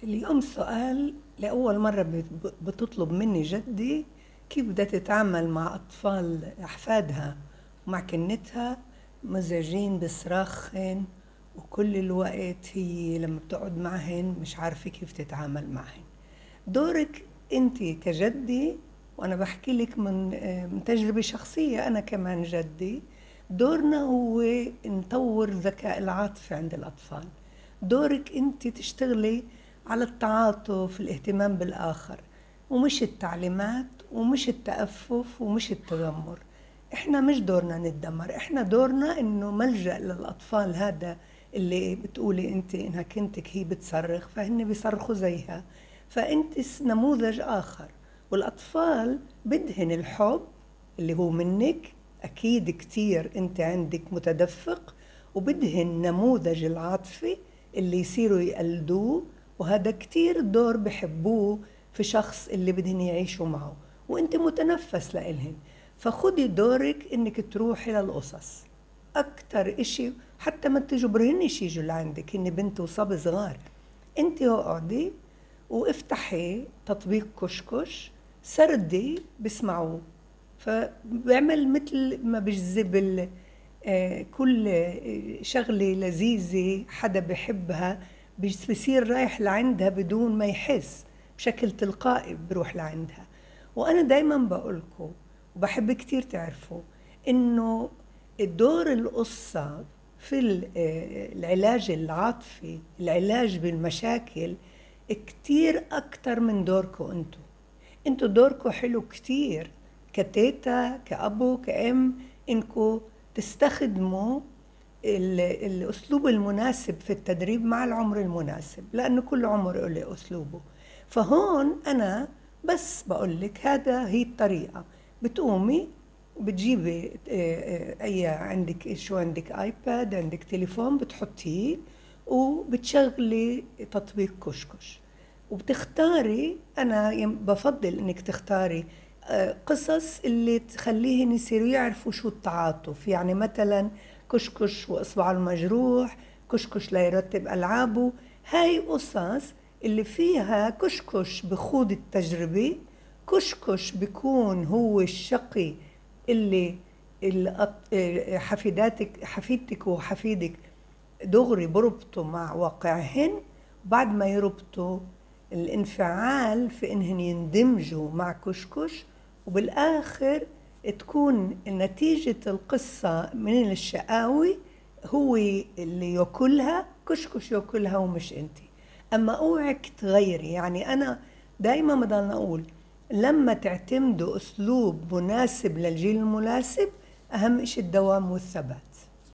اليوم سؤال لأول مرة بتطلب مني جدي كيف بدها تتعامل مع أطفال أحفادها ومع كنتها مزعجين بصراخهن، وكل الوقت هي لما بتقعد معهن مش عارفة كيف تتعامل معهن. دورك أنت كجدي، وأنا بحكي لك من تجربة شخصية، أنا كمان جدي، دورنا هو نطور الذكاء العاطفي عند الأطفال. دورك أنت تشتغلي على التعاطف، الاهتمام بالآخر، ومش التعليمات ومش التأفف ومش التذمر. احنا مش دورنا نتدمر، احنا دورنا انه ملجأ للأطفال. هذا اللي بتقولي انت انها كنتك هي بتصرخ فهن بيصرخوا زيها، فانت نموذج آخر. والأطفال بدهن الحب اللي هو منك، أكيد كتير أنت عندك متدفق، وبدهن نموذج العاطفي اللي يصيروا يقلدوه، وهذا كتير دور بحبوه في شخص اللي بدهن يعيشوا معه، وانت متنفس لإلهن. فخدي دورك انك تروحي للقصص اكتر اشي، حتى ما تجبرهنش يجوا لعندك، هن بنت وصبي صغار. انت اقعدي وافتحي تطبيق كشكش، سردي بسمعوه، فبعمل مثل ما بجذب كل شغلة لذيذة حدا بحبها بصير رايح لعندها بدون ما يحس، بشكل تلقائي بروح لعندها. وأنا دايما بقولكم وبحب كتير تعرفوا إنه دور القصة في العلاج العاطفي، العلاج بالمشاكل، كتير أكتر من دوركم انتوا دوركم حلو كتير كتيتا، كأبو، كأم، انكم تستخدموا الأسلوب المناسب في التدريب مع العمر المناسب، لأنه كل عمر له أسلوبه. فهون أنا بس بقولك هذا هي الطريقة. بتقومي بتجيبي أي عندك، شو عندك، آيباد، عندك تليفون، بتحطيه وبتشغلي تطبيق كشكش، وبتختاري. أنا بفضل إنك تختاري قصص اللي تخليهن يصيروا يعرفوا شو التعاطف. يعني مثلا كشكش وإصبعه المجروح، كشكش ليرتب ألعابه. هاي قصص اللي فيها كشكش بخوض التجربة، كشكش بيكون هو الشقي اللي حفيدتك وحفيدك دغري بربطوا مع واقعهن. بعد ما يربطوا، الانفعال في انهن يندمجوا مع كشكش، وبالآخر تكون نتيجة القصة من الشقاوي هو اللي يأكلها، كشكش يأكلها ومش انتي. اما اوعك تغيري. يعني انا دايما بضل اقول لما تعتمدوا اسلوب مناسب للجيل المناسب، اهم شيء الدوام والثبات.